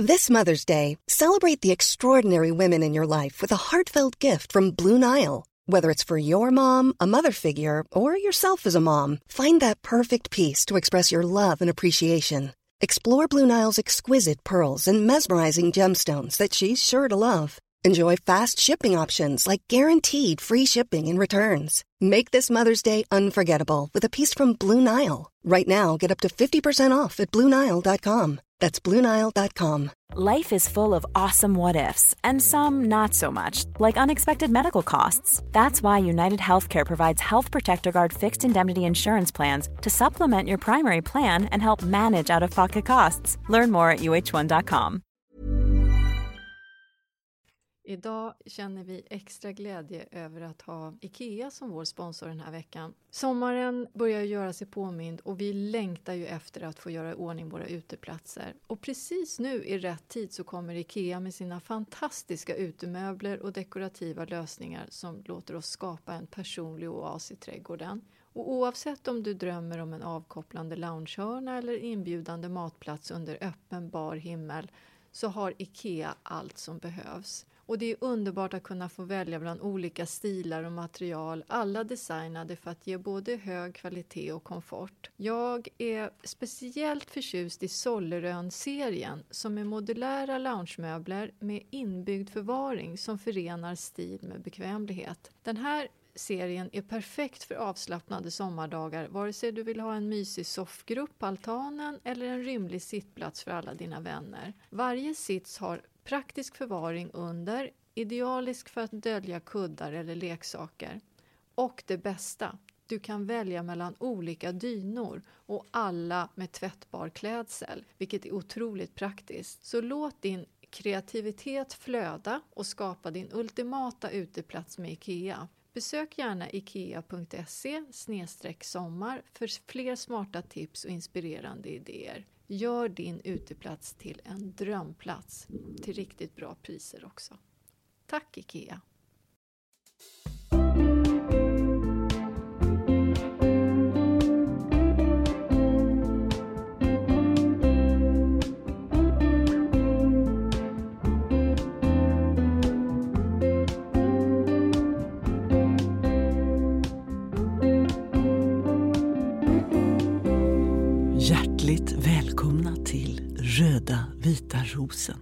This Mother's Day, celebrate the extraordinary women in your life with a heartfelt gift from Blue Nile. Whether it's for your mom, a mother figure, or yourself as a mom, find that perfect piece to express your love and appreciation. Explore Blue Nile's exquisite pearls and mesmerizing gemstones that she's sure to love. Enjoy fast shipping options like guaranteed free shipping and returns. Make this Mother's Day unforgettable with a piece from Blue Nile. Right now, get up to 50% off at BlueNile.com. That's BlueNile.com. Life is full of awesome what-ifs, and some not so much, like unexpected medical costs. That's why United Healthcare provides Health Protector Guard fixed indemnity insurance plans to supplement your primary plan and help manage out-of-pocket costs. Learn more at UH1.com. Idag känner vi extra glädje över att ha IKEA som vår sponsor den här veckan. Sommaren börjar göra sig påmind och vi längtar ju efter att få göra i ordning våra uteplatser. Och precis nu i rätt tid så kommer IKEA med sina fantastiska utemöbler och dekorativa lösningar som låter oss skapa en personlig oas i trädgården. Och oavsett om du drömmer om en avkopplande loungehörna eller inbjudande matplats under öppen bar himmel så har IKEA allt som behövs. Och det är underbart att kunna få välja bland olika stilar och material, alla designade för att ge både hög kvalitet och komfort. Jag är speciellt förtjust i Sollerön-serien som är modulära loungemöbler med inbyggd förvaring som förenar stil med bekvämlighet. Den här serien är perfekt för avslappnade sommardagar, vare sig du vill ha en mysig soffgrupp på altanen eller en rymlig sittplats för alla dina vänner. Varje sits har praktisk förvaring under, idealisk för att dölja kuddar eller leksaker. Och det bästa, du kan välja mellan olika dynor och alla med tvättbar klädsel, vilket är otroligt praktiskt. Så låt din kreativitet flöda och skapa din ultimata uteplats med IKEA. Besök gärna ikea.se/sommar för fler smarta tips och inspirerande idéer. Gör din uteplats till en drömplats till riktigt bra priser också. Tack IKEA! Hjärtligt välkomna till Röda vita rosen.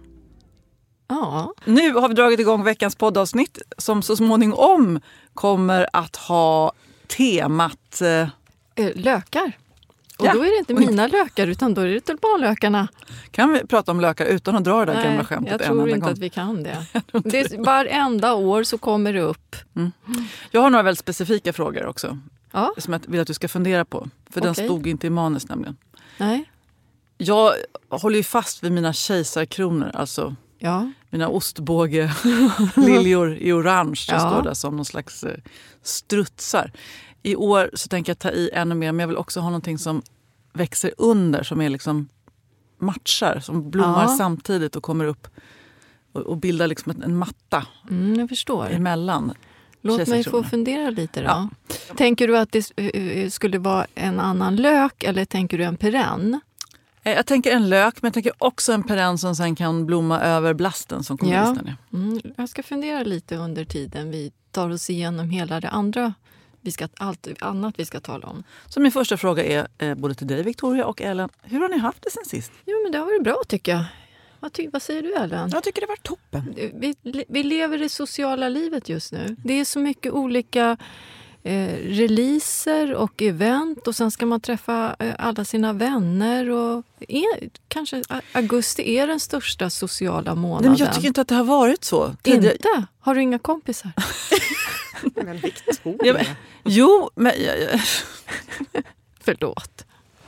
Ja. Nu har vi dragit igång veckans poddavsnitt som så småningom kommer att ha temat Lökar. Och då är det inte mina lökar utan då är det tulpanlökarna. Kan vi prata om lökar utan att dra det där gamla skämtet? Jag tror inte att vi kan det. Varenda år så kommer det upp. Mm. Jag har några väldigt specifika frågor också. Ja. Som jag vill att du ska fundera på. För den stod inte i manus nämligen. Nej. Jag håller ju fast vid mina kejsarkronor. Alltså mina ostbåge-liljor i orange. Som står där som någon slags strutsar. I år så tänker jag ta i ännu mer. Men jag vill också ha någonting som växer under. Som är liksom matchar. Som blommar samtidigt och kommer upp. Och bildar liksom en matta. Jag förstår. Emellan. Låt mig få fundera lite då. Ja. Tänker du att det skulle vara en annan lök eller tänker du en perenn? Jag tänker en lök, men jag tänker också en perenn som sen kan blomma över blasten som kommer listan ner. Jag ska fundera lite under tiden vi tar oss igenom hela det andra. Allt annat vi ska tala om. Så min första fråga är både till dig Victoria och Ellen. Hur har ni haft det sen sist? Jo men det har varit bra tycker jag. Vad säger du Ellen? Jag tycker det var toppen. Vi lever det sociala livet just nu. Det är så mycket olika releaser och event och sen ska man träffa alla sina vänner och kanske augusti är den största sociala månaden. Men jag tycker inte att det har varit så. Inte? Har du inga kompisar? Men Victoria. Jo, men... Förlåt.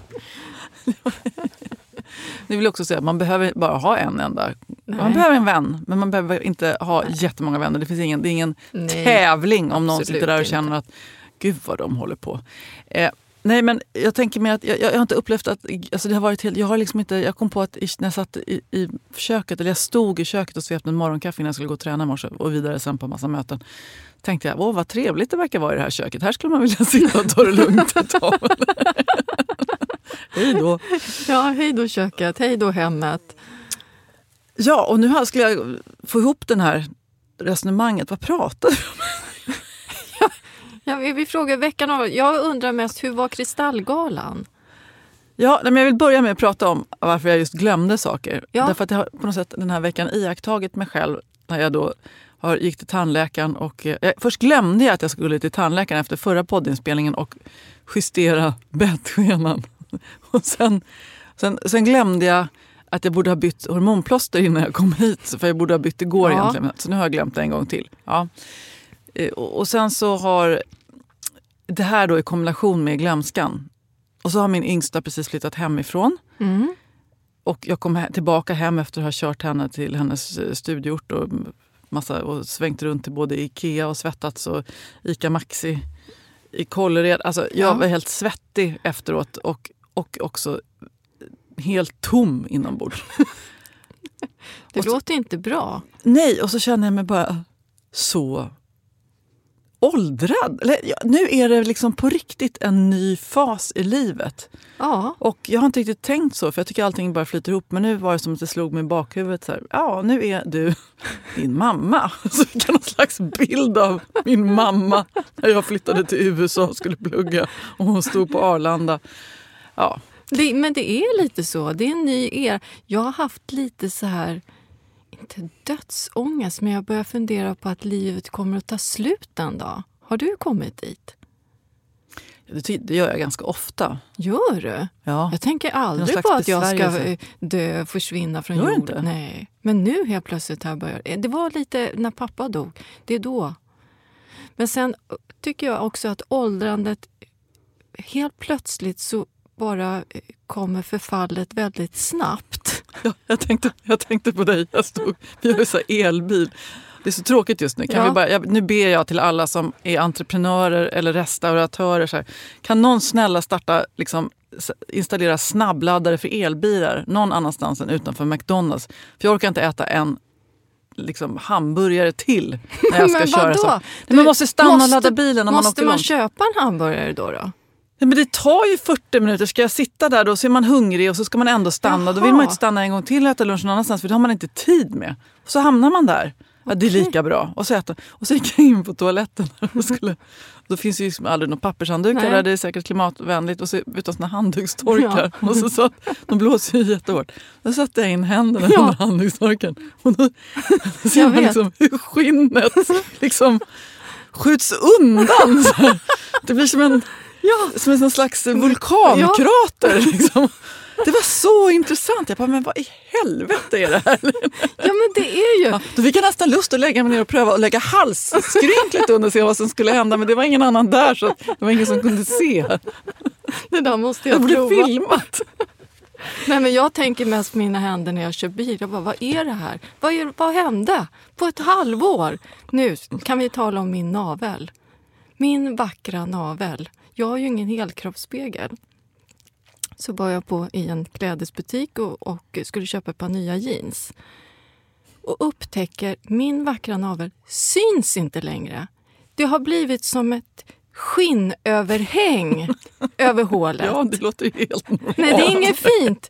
Nu vill jag också säga att man behöver bara ha en enda. Man behöver en vän, men man behöver inte ha jättemånga vänner. Det är ingen tävling om någon sitter där och känner att gud vad de håller på. Nej, men jag tänker mig att jag har inte upplevt att alltså det har varit helt, jag kom på att när jag satt i köket, eller jag stod i köket och svepte en morgonkaffe innan jag skulle gå och träna i morse och vidare sen på en massa möten. Tänkte jag, vad trevligt det verkar vara i det här köket. Här skulle man vilja sitta och ta det lugnt ett tag. Hej då. Ja, hej då köket, hej då hemmet. Ja, och nu skulle jag få ihop den här resonemanget. Vad pratar du om? Ja, vi frågar veckan av. Jag undrar mest, hur var Kristallgalan? Ja, men jag vill börja med att prata om varför jag just glömde saker. Ja. Därför att jag har på något sätt den här veckan iakttagit mig själv när jag då gick till tandläkaren. Och, först glömde jag att jag skulle till tandläkaren efter förra poddinspelningen och justera bettscheman. Och sen glömde jag att jag borde ha bytt hormonplåster innan jag kom hit. För jag borde ha bytt igår egentligen. Så nu har jag glömt det en gång till. Ja. Och sen så har det här då i kombination med glömskan. Och så har min yngsta precis flyttat hemifrån. Mm. Och jag kom tillbaka hem efter att ha kört henne till hennes studieort och svängt runt till både Ikea och svettats och Ica Maxi i Kållered. Alltså jag var helt svettig efteråt och också helt tom inombords. Det låter inte bra. Nej, och så känner jag mig bara så åldrad. Nu är det liksom på riktigt en ny fas i livet. Ja. Och jag har inte riktigt tänkt så, för jag tycker allting bara flyter ihop. Men nu var det som att det slog mig i bakhuvudet. Så här, ja, nu är du din mamma. Så fick jag någon slags bild av min mamma när jag flyttade till USA och skulle plugga. Och hon stod på Arlanda. Ja. Men det är lite så. Det är en ny era. Jag har haft lite så här, inte dödsångest, men jag börjar fundera på att livet kommer att ta slut en dag. Har du kommit dit? Det gör jag ganska ofta. Gör du? Ja. Jag tänker aldrig på att jag ska dö, försvinna från jorden. Inte? Nej. Men nu helt plötsligt här börjar det var lite när pappa dog. Det är då. Men sen tycker jag också att åldrandet helt plötsligt så bara kommer förfallet väldigt snabbt. Ja, jag tänkte på dig. Vi har ju så elbil. Det är så tråkigt just nu. Nu ber jag till alla som är entreprenörer eller restauratörer. Så här, kan någon snälla installera snabbladdare för elbilar någon annanstans än utanför McDonalds? För jag orkar inte äta en hamburgare till när jag ska köra. Så. Man måste stanna och ladda bilen. Måste man köpa en hamburgare då? Ja, men det tar ju 40 minuter. Ska jag sitta där då så är man hungrig och så ska man ändå stanna. Jaha. Då vill man inte stanna en gång till och äta lunch någon annanstans, för det har man inte tid med. Och så hamnar man där. Ja, det är lika bra. Och så gick jag in på toaletten. Då finns ju aldrig någon pappershanddukar där. Det är säkert klimatvänligt. Och så utan såna handdukstorkar. Ja. Och så de blåser ju jättehårt. Då satte jag in händerna under handdukstorken. Och då ser man hur skinnet skjuts undan. Så det blir som en slags vulkankrater. Det var så intressant. Jag bara, men vad i helvete är det här? Ja, men det är ju... Ja, då fick jag nästan lust att lägga mig ner och pröva att lägga halsskrynkligt under och se vad som skulle hända. Men det var ingen annan där, så det var ingen som kunde se. Det där måste jag prova. Det blev filmat. Nej, men jag tänker mest på mina händer när jag kör bil. Jag bara, vad är det här? Vad hände på ett halvår? Nu kan vi tala om min navel. Min vackra navel. Jag har ju ingen helkroppsspegel. Så var jag i en klädesbutik och skulle köpa ett par nya jeans. Och upptäcker min vackra navel syns inte längre. Det har blivit som ett skinnöverhäng över hålet. Ja, det låter ju helt normalt. Nej, det är inget fint.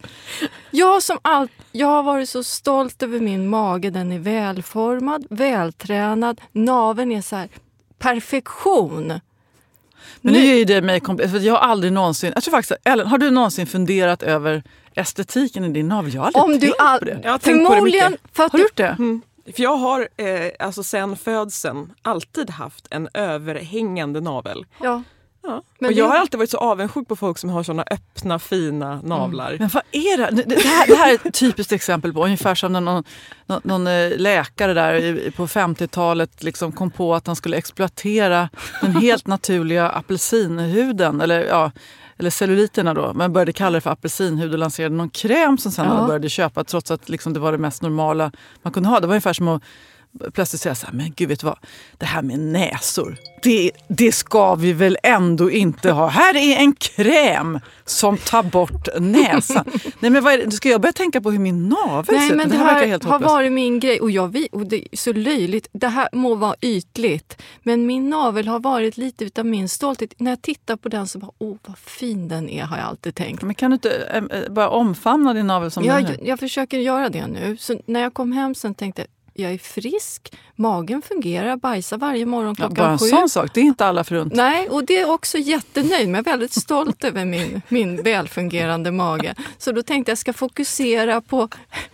Jag har varit så stolt över min mage. Den är välformad, vältränad. Naveln är så här perfektion. Men nu är ju det mig komplext, för jag har aldrig någonsin... Jag tror faktiskt, Ellen, har du någonsin funderat över estetiken i din navel? Jag har aldrig tänkt på det. Jag har tänkt på det mycket. Har du gjort det? För jag har sen födseln alltid haft en överhängande navel. Ja. Men och jag har alltid varit så avundsjuk på folk som har såna öppna, fina navlar. Men vad är det? Det här är ett typiskt exempel på ungefär som när någon läkare där på 50-talet kom på att han skulle exploatera den helt naturliga apelsinhuden eller celluliterna då. Man började kalla det för apelsinhud och lanserade någon kräm som sen började köpa, trots att det var det mest normala man kunde ha. Det var ungefär som att plötsligt säga så här, men gud vet du vad, det här med näsor, det ska vi väl ändå inte ha. Här är en kräm som tar bort näsan. Nej men vad är det? Ska jag börja tänka på hur min navel ser ut? Nej men det här har varit min grej och och det är så löjligt. Det här må vara ytligt, men min navel har varit lite utav min stolthet. När jag tittar på den så bara, vad fin den är, har jag alltid tänkt. Men kan du inte bara omfamna din navel som den är? Jag försöker göra det nu. Så när jag kom hem sen tänkte jag är frisk, magen fungerar, bajsar varje morgon klockan 7. Bara en sån sak, det är inte alla förunt. Nej, och det är också jättenöjd, men jag är väldigt stolt över min välfungerande mage. Så då tänkte jag ska fokusera på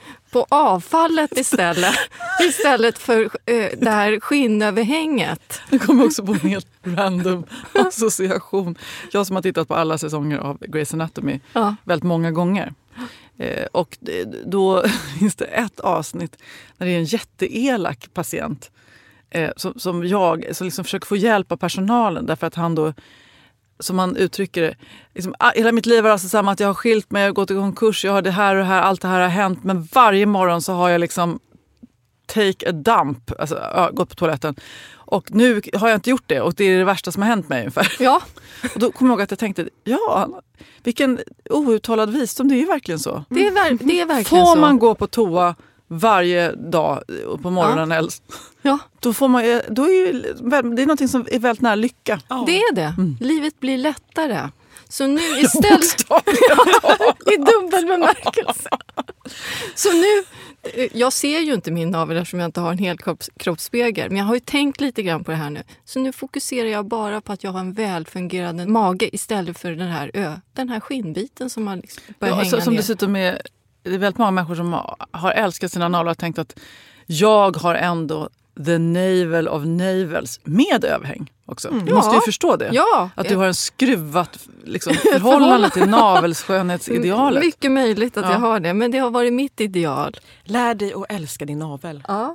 avfallet istället för det här skinnöverhänget. Det kommer också på en helt random association. Jag som har tittat på alla säsonger av Grey's Anatomy väldigt många gånger. Och då finns det ett avsnitt när det är en jätteelak patient som liksom försöker få hjälp av personalen därför att han då, som han uttrycker det, liksom, hela mitt liv är alltså samma, att jag har skilt mig, jag har gått i konkurs, jag har det här och det här, allt det här har hänt, men varje morgon så har jag liksom take a dump, alltså gått på toaletten. Och nu har jag inte gjort det och det är det värsta som har hänt mig ungefär. Ja. Och då kommer jag ihåg att jag tänkte, vilken outtalad visdom, det är ju verkligen så. Det är verkligen så. Får man gå på toa varje dag på morgonen helst, då får man, då är ju, det är någonting som är väldigt nära lycka. Ja. Det är det. Livet blir lättare. Så nu istället i dubbel bemärkelse. Så nu, jag ser ju inte min navel eftersom jag inte har en hel kroppsspegel, men jag har ju tänkt lite grann på det här nu. Så nu fokuserar jag bara på att jag har en välfungerande mage istället för den här skinnbiten som man liksom börjar hänga ner. Som dessutom det är väldigt många människor som har älskat sina navlar och tänkt att jag har ändå the navel of navels med överhäng också. Du måste ju förstå det. Ja. Att du har en skruvat liksom, förhållande till navelsskönhetsidealet. Mycket möjligt att jag har det, men det har varit mitt ideal. Lär dig att älska din navel. Ja.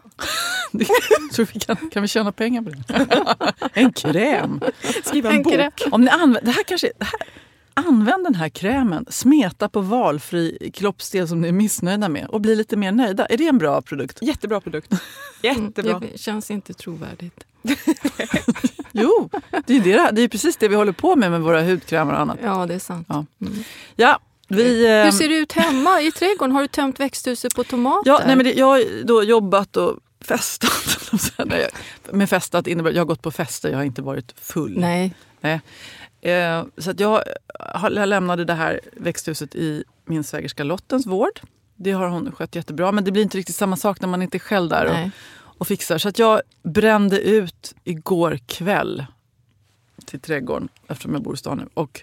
Tror vi kan vi tjäna pengar på det? En kräm. Skriva en bok. Om ni använd den här krämen, smeta på valfri kroppsdel som ni är missnöjda med och bli lite mer nöjda. Är det en bra produkt? Jättebra produkt. Jättebra. Det känns inte trovärdigt. Jo, det är precis det vi håller på med våra hudkrämer och annat. Ja, det är sant. Ja. Ja, hur ser det ut hemma i trädgården? Har du tömt växthuset på tomater? Ja, nej, men jag har då jobbat och festat. Med festat innebär jag har gått på fester, jag har inte varit full. Nej. Så att jag lämnade det här växthuset i min svägerska Lottens vård. Det har hon skött jättebra, men det blir inte riktigt samma sak när man inte är själv där och fixar. Så att jag brände ut igår kväll till trädgården eftersom jag bor i stan nu. Och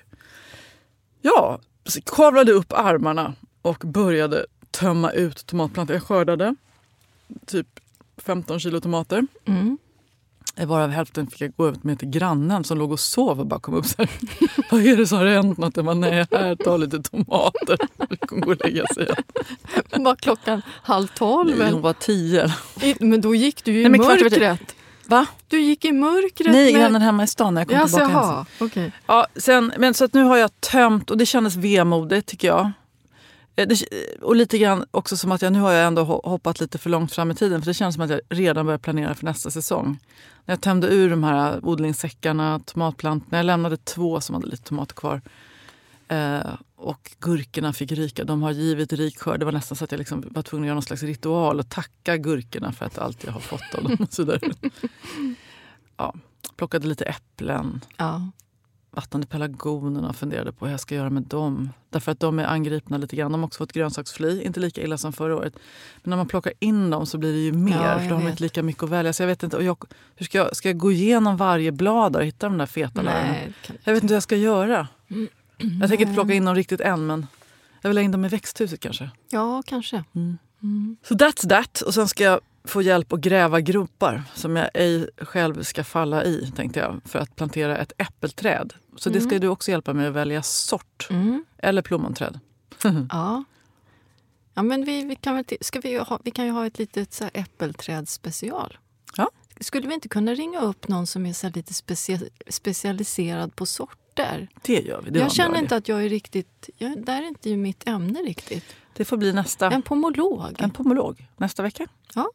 kavlade upp armarna och började tömma ut tomatplantor. Jag skördade typ 15 kilo tomater. Mm. Varav hälften fick jag gå ut med till grannen som låg och sov och bara kom upp så här. Vad är det som har hänt något? Jag bara, nej, här, ta lite tomater. Du kommer gå och lägga sig igen. Var klockan 11:30? Nej, hon var 10. Men då gick du ju i mörkret. Va? Du gick i mörkret? Nej, grannen hemma i stan när jag kom tillbaka hem. Okay. Ja, men så att nu har jag tömt och det kändes vemodigt tycker jag. Och lite grann också som att nu har jag ändå hoppat lite för långt fram i tiden. För det känns som att jag redan börjar planera för nästa säsong. När jag tömde ur de här odlingssäckarna, tomatplantorna. Jag lämnade 2 som hade lite tomater kvar. Och gurkorna fick ryka. De har givit rik skörd. Det var nästan så att jag liksom var tvungen att göra någon slags ritual. Och tacka gurkorna för att allt jag har fått av dem. Och så där. Ja, plockade lite äpplen. Ja. Vattnade pelargonerna och funderade på hur jag ska göra med dem. Därför att de är angripna lite grann. De har också fått grönsaksfly, inte lika illa som förra året. Men när man plockar in dem så blir det ju mer. För de har inte lika mycket att välja. Så jag vet inte, hur ska jag gå igenom varje blad och hitta de där feta lärarna? Jag vet inte hur jag ska göra. Jag tänker inte plocka in dem riktigt än, men jag vill ha in dem i växthuset kanske. Ja, kanske. Så that's that. Och sen ska jag få hjälp att gräva gropar som jag ej själv ska falla i, tänkte jag, för att plantera ett äppelträd. Så det ska du också hjälpa mig att välja sort. Eller plommonträd. Ja. Ja, men vi kan ju ha ett litet så här äppelträdsspecial. Ja. Skulle vi inte kunna ringa upp någon som är så här lite specialiserad på sorter? Det gör vi. Jag känner inte att jag är riktigt... där är inte ju mitt ämne riktigt. Det får bli nästa... En pomolog. En pomolog nästa vecka. Ja.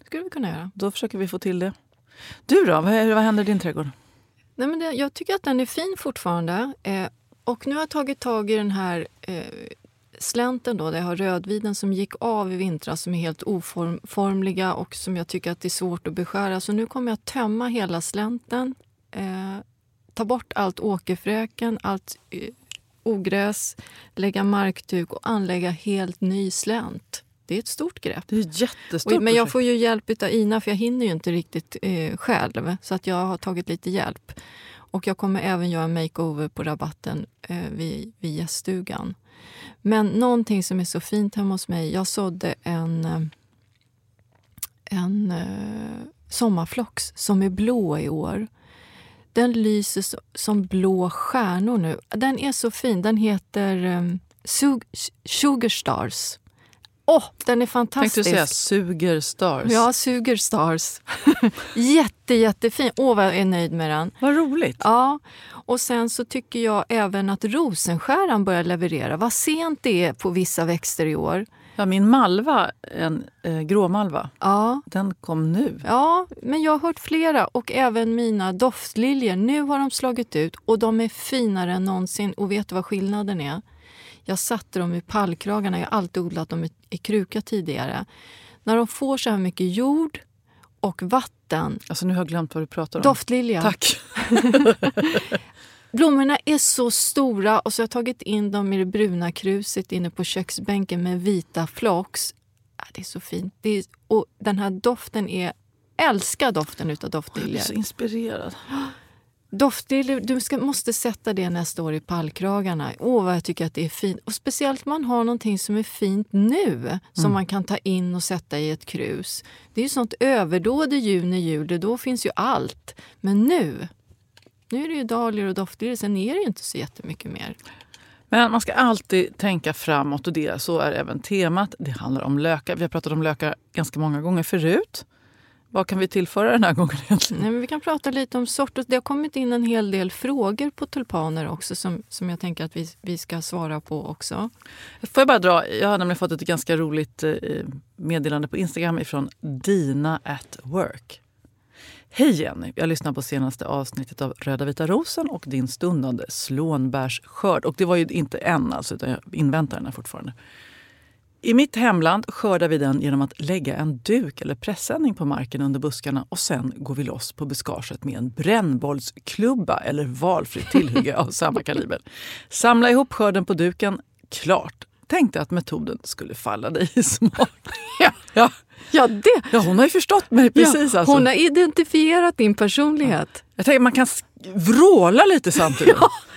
skulle vi kunna göra. Då försöker vi få till det. Du då, vad händer i din trädgård? Nej, men jag tycker att den är fin fortfarande. Och nu har jag tagit tag i den här slänten då, där jag har rödviden som gick av i vintras, som är helt oformliga och som jag tycker att det är svårt att beskära. Så nu kommer jag tömma hela slänten, ta bort allt åkerfräken, allt ogräs, lägga markduk och anlägga helt ny slänt. Det är ett stort grepp. Det är jättestort. Men jag får ju hjälp av Ina, för jag hinner ju inte riktigt själv. Så att jag har tagit lite hjälp. Och jag kommer även göra en makeover på rabatten vid gäststugan. Men någonting som är så fint hemma hos mig. Jag sådde en sommarflox som är blå i år. Den lyser som blå stjärnor nu. Den är så fin. Den heter Sugar Stars. Den är fantastisk. Tänkte du säga Sugar Stars? Ja, Sugar Stars. Jättefin. Vad jag är nöjd med den. Vad roligt. Ja, och sen så tycker jag även att rosenskäran börjar leverera. Vad sent det är på vissa växter i år. Ja, min malva, en gråmalva, den kom nu. Ja, men jag har hört flera och även mina doftliljor. Nu har de slagit ut och de är finare än någonsin. Och vet du vad skillnaden är? Jag satte dem i pallkragarna. Jag har alltid odlat dem i kruka tidigare. När de får så här mycket jord och vatten. Alltså nu har jag glömt vad du pratar om. Doftlilja. Tack. Blommorna är så stora och så har jag tagit in dem i det bruna kruset inne på köksbänken med vita flox. Det är så fint. Och den här doften älskar doften utav doftliljor. Jag är så inspirerad. Doftliljor, du måste sätta det nästa år i pallkragarna. Vad jag tycker att det är fint. Och speciellt man har någonting som är fint nu. Som man kan ta in och sätta i ett krus. Det är ju sånt överdåd i juni, då finns ju allt. Men nu är det ju dahlior och doftliljor. Sen är det ju inte så jättemycket mer. Men man ska alltid tänka framåt och så är även temat. Det handlar om lökar. Vi har pratat om lökar ganska många gånger förut. Vad kan vi tillföra den här gången egentligen? Nej, men vi kan prata lite om sorter. Det har kommit in en hel del frågor på tulpaner också som jag tänker att vi ska svara på också. Får jag bara dra? Jag har nämligen fått ett ganska roligt meddelande på Instagram ifrån Dina at Work. Hej Jenny, jag lyssnar på senaste avsnittet av Röda vita rosen och din stundande slånbärsskörd. Och det var ju inte än alltså, utan jag inväntar den här fortfarande. I mitt hemland skördar vi den genom att lägga en duk eller pressändning på marken under buskarna och sen går vi loss på buskaget med en brännbollsklubba eller valfritt tillhygge av samma kaliber. Samla ihop skörden på duken, klart. Tänkte att metoden skulle falla dig i smak. Ja, hon har ju förstått mig precis. Ja, alltså. Hon har identifierat din personlighet. Jag tänker man kan vråla lite samtidigt.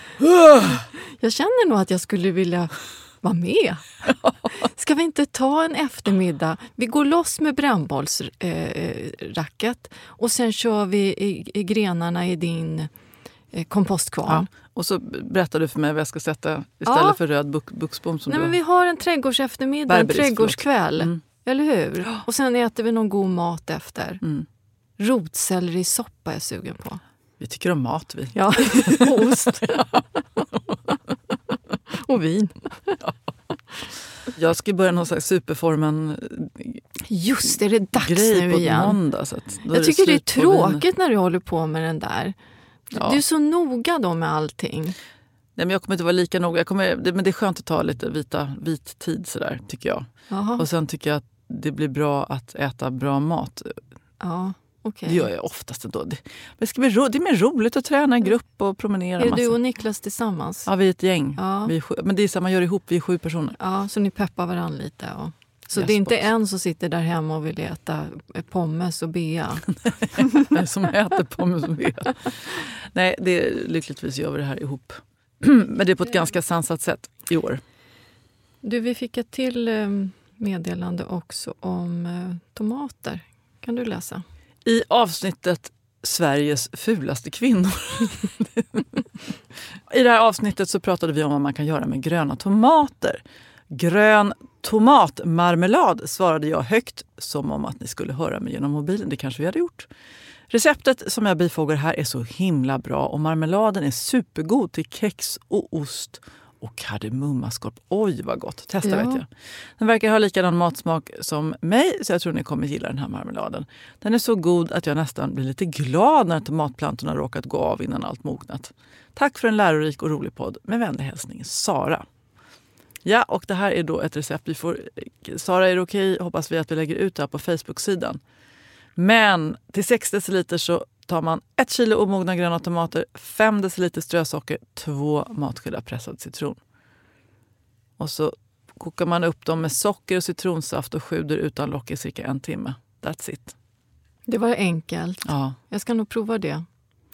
Jag känner nog att jag skulle vilja vara med. Ska vi inte ta en eftermiddag? Vi går loss med brännbollsracket och sen kör vi i grenarna i din kompostkvarn. Ja. Och så berättar du för mig vad jag ska sätta istället för röd buxbom. Men vi har en trädgårdseftermiddag, en trädgårdskväll. Eller hur? Och sen äter vi någon god mat efter. Rotsellerisoppa är jag sugen på. Vi tycker om mat, vi. Ja, och ost. Och vin. Jag ska börja någon slags superformen. Just är det dags grej nu på igen. Måndag, så jag tycker det är tråkigt när du håller på med den där. Ja. Du är så noga då med allting. Nej, men jag kommer inte vara lika noga. Men det är skönt att ta lite vit tid sådär, tycker jag. Aha. Och sen tycker jag att det blir bra att äta bra mat. Ja, okej. Det gör jag oftast ändå. Det är mer roligt att träna i grupp och promenera. Är du och Niklas tillsammans? Ja, vi är ett gäng. Ja. Men det är så man gör ihop, vi är 7 personer. Ja, så ni peppar varandra lite. Så det är inte en som sitter där hemma och vill äta pommes och bea? Som äter pommes och bea. Nej, lyckligtvis gör vi det här ihop. Men det är på ett ganska sansat sätt i år. Du, vi fick ett till meddelande också om tomater. Kan du läsa? I avsnittet Sveriges fulaste kvinnor. I det här avsnittet så pratade vi om vad man kan göra med gröna tomater. Grön tomatmarmelad svarade jag högt, som om att ni skulle höra mig genom mobilen. Det kanske vi hade gjort. Receptet som jag bifogar här är så himla bra och marmeladen är supergod till kex och ost och kardemummaskorp. Oj vad gott, testa vet jag. Den verkar ha likadan matsmak som mig, så jag tror ni kommer gilla den här marmeladen. Den är så god att jag nästan blir lite glad när tomatplantorna råkat gå av innan allt mognat. Tack för en lärorik och rolig podd. Med vänlig hälsning, Sara. Ja, och det här är då ett recept. Sara, är det okej? Hoppas vi att vi lägger ut det här på Facebook-sidan. Men till 6 deciliter så tar man 1 kilo omogna gröna tomater, 5 deciliter strösocker, 2 matskedar pressad citron. Och så kokar man upp dem med socker och citronsaft och sjuder utan lock i cirka 1 timme. That's it. Det var enkelt. Ja. Jag ska nog prova det.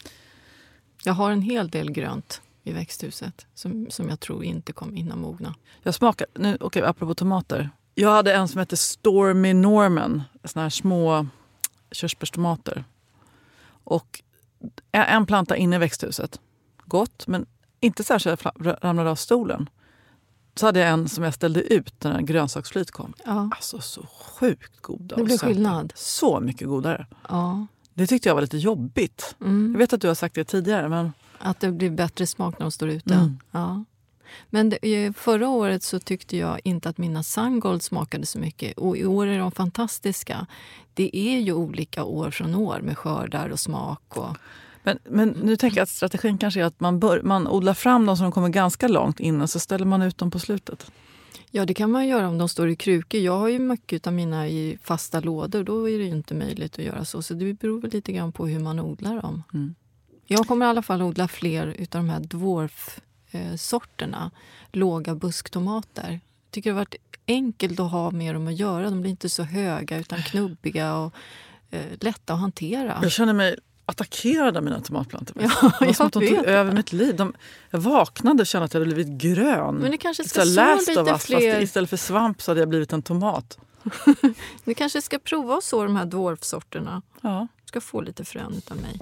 Jag har en hel del grönt i växthuset som jag tror inte kommer hinna mogna. Jag smakar, nu, okej, apropå tomater. Jag hade en som heter Stormy Norman, såna här små körsbärstomater. Och en planta inne i växthuset. Gott, men inte särskilt ramlade av stolen. Så hade jag en som jag ställde ut när en grönsaksflyt kom. Ja. Alltså så sjukt goda. Det blev skillnad. Så mycket godare. Ja. Det tyckte jag var lite jobbigt. Jag vet att du har sagt det tidigare. Men... Att det blir bättre smak när de står ute. Ja. Men förra året så tyckte jag inte att mina Sungold smakade så mycket. Och i år är de fantastiska. Det är ju olika år från år med skördar och smak. Men nu tänker jag att strategin kanske är att man odlar fram dem så de kommer ganska långt innan, så ställer man ut dem på slutet. Ja, det kan man göra om de står i krukor. Jag har ju mycket av mina i fasta lådor. Då är det ju inte möjligt att göra så. Så det beror väl lite grann på hur man odlar dem. Jag kommer i alla fall odla fler utav de här dwarf-sorterna. Låga busktomater. Jag tycker det har varit enkelt att ha med dem att göra. De blir inte så höga utan knubbiga och lätta att hantera. Jag känner mig attackerad av mina tomatplantor. Ja, det var som att de tog över mitt liv. Jag vaknade och kände att jag hade blivit grön. Men det kanske ska så lite fler... Istället för svamp så hade jag blivit en tomat. Du kanske ska prova att så de här dwarf-sorterna. Ja. Du ska få lite frön av mig.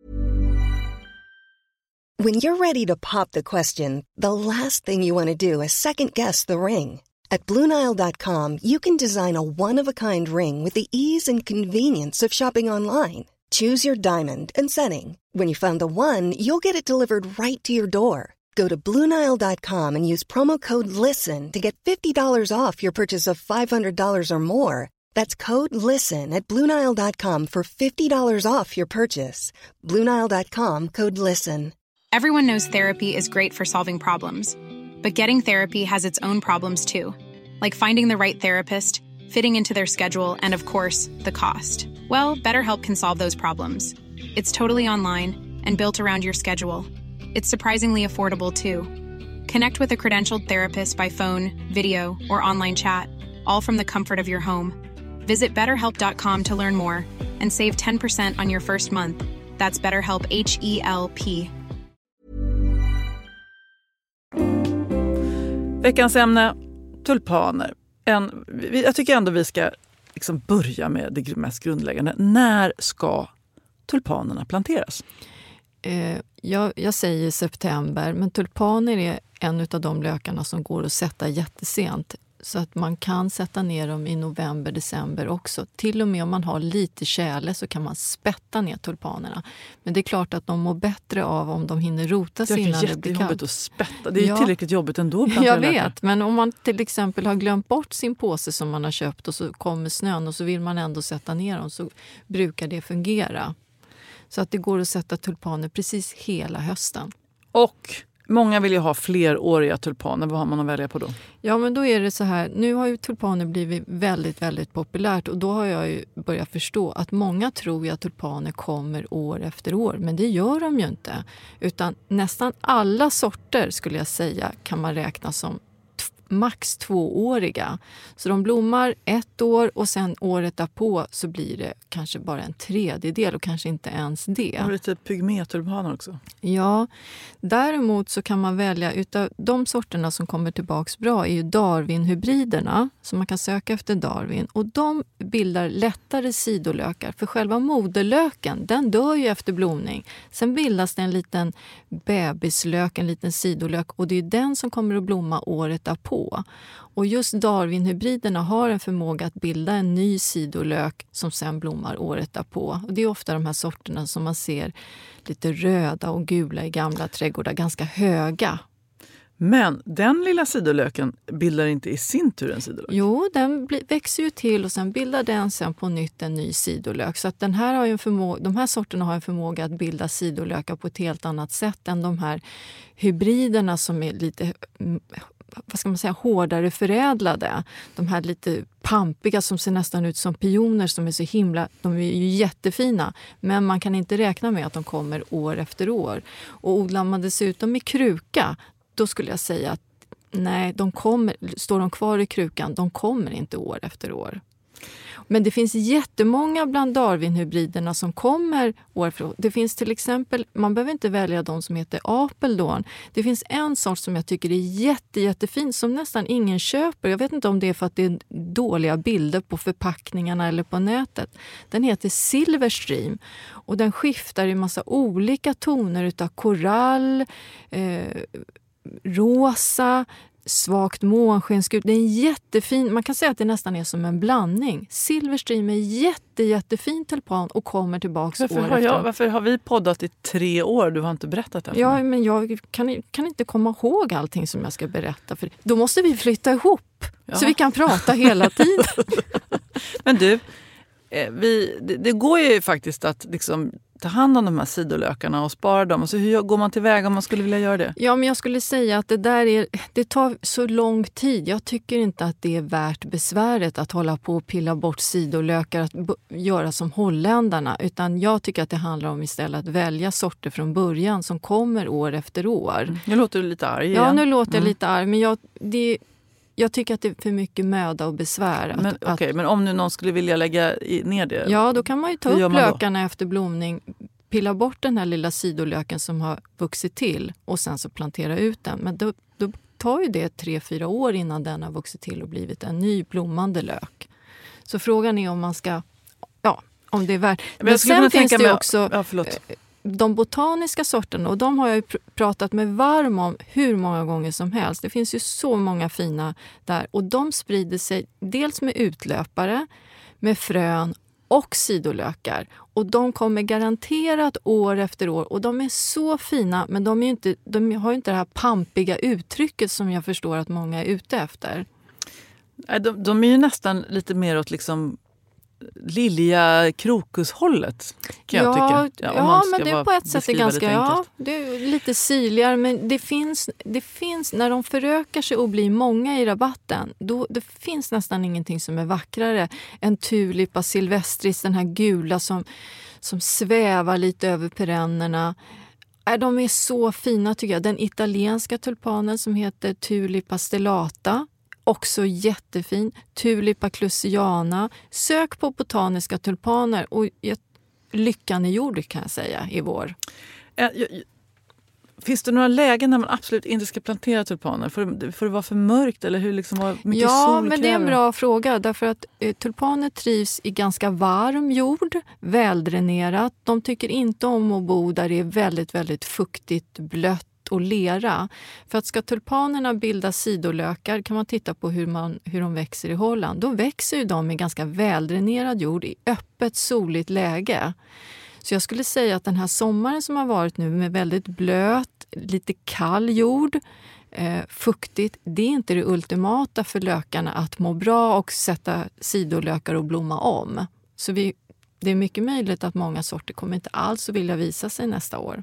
When you're ready to pop the question, the last thing you want to do is second guess the ring. At BlueNile.com you can design a one-of-a-kind ring with the ease and convenience of shopping online. Choose your diamond and setting. When you find the one, you'll get it delivered right to your door. Go to BlueNile.com and use promo code LISTEN to get $50 off your purchase of $500 or more. That's code LISTEN at BlueNile.com for $50 off your purchase. BlueNile.com, code LISTEN. Everyone knows therapy is great for solving problems. But getting therapy has its own problems too. Like finding the right therapist, fitting into their schedule, and of course, the cost. Well, BetterHelp can solve those problems. It's totally online and built around your schedule. It's surprisingly affordable too. Connect with a credentialed therapist by phone, video, or online chat, all from the comfort of your home. Visit BetterHelp.com to learn more and save 10% on your first month. That's BetterHelp, H-E-L-P. Veckans ämne, tulpaner. Jag tycker ändå vi ska liksom börja med det mest grundläggande. När ska tulpanerna planteras? Jag säger september, men tulpaner är en av de lökarna som går att sätta jättesent. Så att man kan sätta ner dem i november, december också. Till och med om man har lite tjäle så kan man spätta ner tulpanerna. Men det är klart att de mår bättre av om de hinner rota sig innan det blir kallt. Att spätta. Det är ju tillräckligt jobbigt ändå. Jag vet, men om man till exempel har glömt bort sin påse som man har köpt och så kommer snön och så vill man ändå sätta ner dem, så brukar det fungera. Så att det går att sätta tulpaner precis hela hösten. Och många vill ju ha fleråriga tulpaner. Vad har man att välja på då? Ja, men då är det så här. Nu har ju tulpaner blivit väldigt, väldigt populärt. Och då har jag ju börjat förstå att många tror ju att tulpaner kommer år efter år. Men det gör de ju inte. Utan nästan alla sorter skulle jag säga kan man räkna som max 2-åriga. Så de blommar 1 år och sen året därpå så blir det kanske bara 1/3 och kanske inte ens det. Och lite pygmétulpaner också. Ja, däremot så kan man välja utav de sorterna som kommer tillbaks bra är ju Darwin-hybriderna, så man kan söka efter Darwin, och de bildar lättare sidolökar, för själva moderlöken den dör ju efter blomning. Sen bildas det en liten bebislök, en liten sidolök, och det är den som kommer att blomma året därpå. Och just Darwin-hybriderna har en förmåga att bilda en ny sidolök som sen blommar året därpå. Och det är ofta de här sorterna som man ser lite röda och gula i gamla trädgårdar, ganska höga. Men den lilla sidolöken bildar inte i sin tur en sidolök? Jo, den växer ju till och sen bildar den sen på nytt en ny sidolök. Så att den här har ju de här sorterna har en förmåga att bilda sidolökar på ett helt annat sätt än de här hybriderna som är lite, vad ska man säga, hårdare förädlade. De här lite pampiga som ser nästan ut som pioner som är så himla, de är ju jättefina. Men man kan inte räkna med att de kommer år efter år. Och odlar man dessutom i kruka, då skulle jag säga att nej, står de kvar i krukan, de kommer inte år efter år. Men det finns jättemånga bland Darwin-hybriderna som kommer år efter år. Det finns till exempel, man behöver inte välja de som heter Apeldoorn. Det finns en sort som jag tycker är jättefin som nästan ingen köper. Jag vet inte om det är för att det är dåliga bilder på förpackningarna eller på nätet. Den heter Silverstream och den skiftar i massa olika toner utav korall, rosa, svagt månskensgult. Det är en jättefin, man kan säga att det nästan är som en blandning. Silverstream är jättefin tulpan och kommer tillbaka år efter år. Varför har vi poddat i 3 år? Du har inte berättat det för mig. Ja, men jag kan inte komma ihåg allting som jag ska berätta. För då måste vi flytta ihop så vi kan prata hela tiden. Men du, det går ju faktiskt att liksom ta hand om de här sidolökarna och spara dem. Alltså, hur går man tillväga om man skulle vilja göra det? Ja, men jag skulle säga att det tar så lång tid. Jag tycker inte att det är värt besväret att hålla på och pilla bort sidolökar, att göra som holländarna. Utan jag tycker att det handlar om istället att välja sorter från början som kommer år efter år. Nu låter du lite arg igen. Ja, nu låter jag lite arg. Men jag tycker att det är för mycket möda och besvär. Men om nu någon skulle vilja lägga ner det? Ja, då kan man ju ta upp lökarna efter blomning, pilla bort den här lilla sidolöken som har vuxit till och sen så plantera ut den. Men då tar ju det 3-4 år innan den har vuxit till och blivit en ny blommande lök. Så frågan är om man ska, om det är värt. Men sen finns det också de botaniska sorterna, och de har jag ju pratat med varm om hur många gånger som helst. Det finns ju så många fina där, och de sprider sig dels med utlöpare, med frön och sidolökar. Och de kommer garanterat år efter år, och de är så fina, men de har ju inte det här pampiga uttrycket som jag förstår att många är ute efter. De är ju nästan lite mer åt liksom lilja krokushållet, kan jag tycka. Ja, men det är på ett sätt ganska, det är lite syrligare, men det finns när de förökar sig och blir många i rabatten, det finns nästan ingenting som är vackrare än Tulipa silvestris, den här gula som svävar lite över perennerna. De är så fina tycker jag. Den italienska tulpanen som heter Tulipa stellata, också jättefin. Tulipa clusiana. Sök på botaniska tulpaner och lyckan är gjord, kan jag säga, i vår. Finns det några lägen när man absolut inte ska plantera tulpaner? Får det vara för mörkt eller hur mycket sol kräver? Men det är en bra fråga, därför att tulpaner trivs i ganska varm jord, väldränerat. De tycker inte om att bo där det är väldigt, väldigt fuktigt, blött och lera. För att ska tulpanerna bilda sidolökar kan man titta på hur de växer i Holland. Då växer ju de i ganska väldränerad jord i öppet soligt läge. Så jag skulle säga att den här sommaren som har varit nu med väldigt blöt, lite kall jord, fuktigt, det är inte det ultimata för lökarna att må bra och sätta sidolökar och blomma om. Så det är mycket möjligt att många sorter kommer inte alls att vilja visa sig nästa år.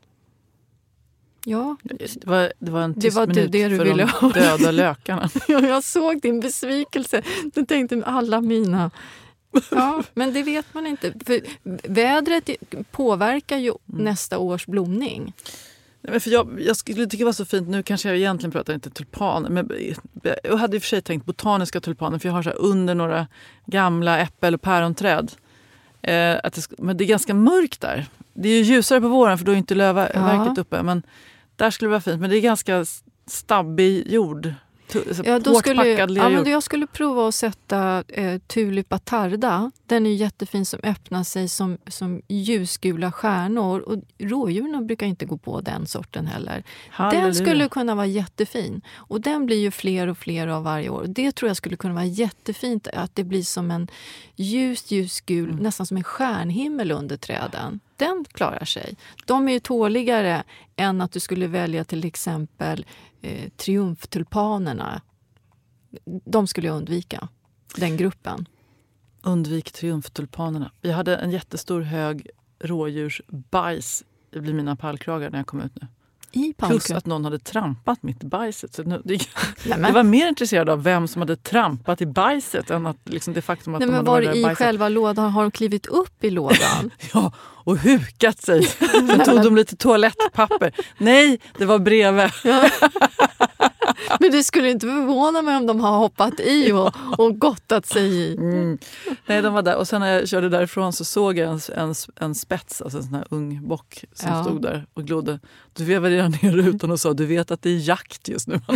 Ja, det var en tyst minut för de döda lökarna. Jag såg din besvikelse. Du tänkte alla mina. Ja, men det vet man inte. För vädret påverkar ju nästa års blomning. Nej, men för jag skulle tycka det var så fint. Nu kanske jag egentligen pratar inte tulpaner. Men jag hade i och för sig tänkt botaniska tulpaner. För jag har så här under några gamla äppel- och päronträd. Men det är ganska mörkt där. Det är ju ljusare på våren för då är inte lövverket uppe. Men där skulle det vara fint. Men det är ganska stabbig jord. Jag skulle prova att sätta Tulipa tarda. Den är jättefin som öppnar sig som ljusgula stjärnor. Och rådjuren brukar inte gå på den sorten heller. Halleluja. Den skulle kunna vara jättefin. Och den blir ju fler och fler av varje år. Det tror jag skulle kunna vara jättefint. Att det blir som en ljusgul, nästan som en stjärnhimmel under träden. den klarar sig. De är ju tåligare än att du skulle välja till exempel triumftulpanerna. De skulle jag undvika, den gruppen. Undvik triumftulpanerna. Vi hade en jättestor hög rådjursbajs i mina pallkragar när jag kom ut nu. Plus att någon hade trampat mitt bajset. Så jag var mer intresserad av vem som hade trampat i bajset än att liksom det faktum att de hade var varit där i bajset. själva lådan? Har de klivit upp i lådan? Ja, och hukat sig. Så tog de lite toalettpapper. Nej, det var bredvid. Men det skulle inte förvåna mig om de har hoppat i och gottat sig i. Nej, de var där. Och sen när jag körde därifrån så såg jag en spets, alltså en sån här ung bock som stod där och glodde. Du vevade jag ner rutan och sa, du vet att det är jakt just nu.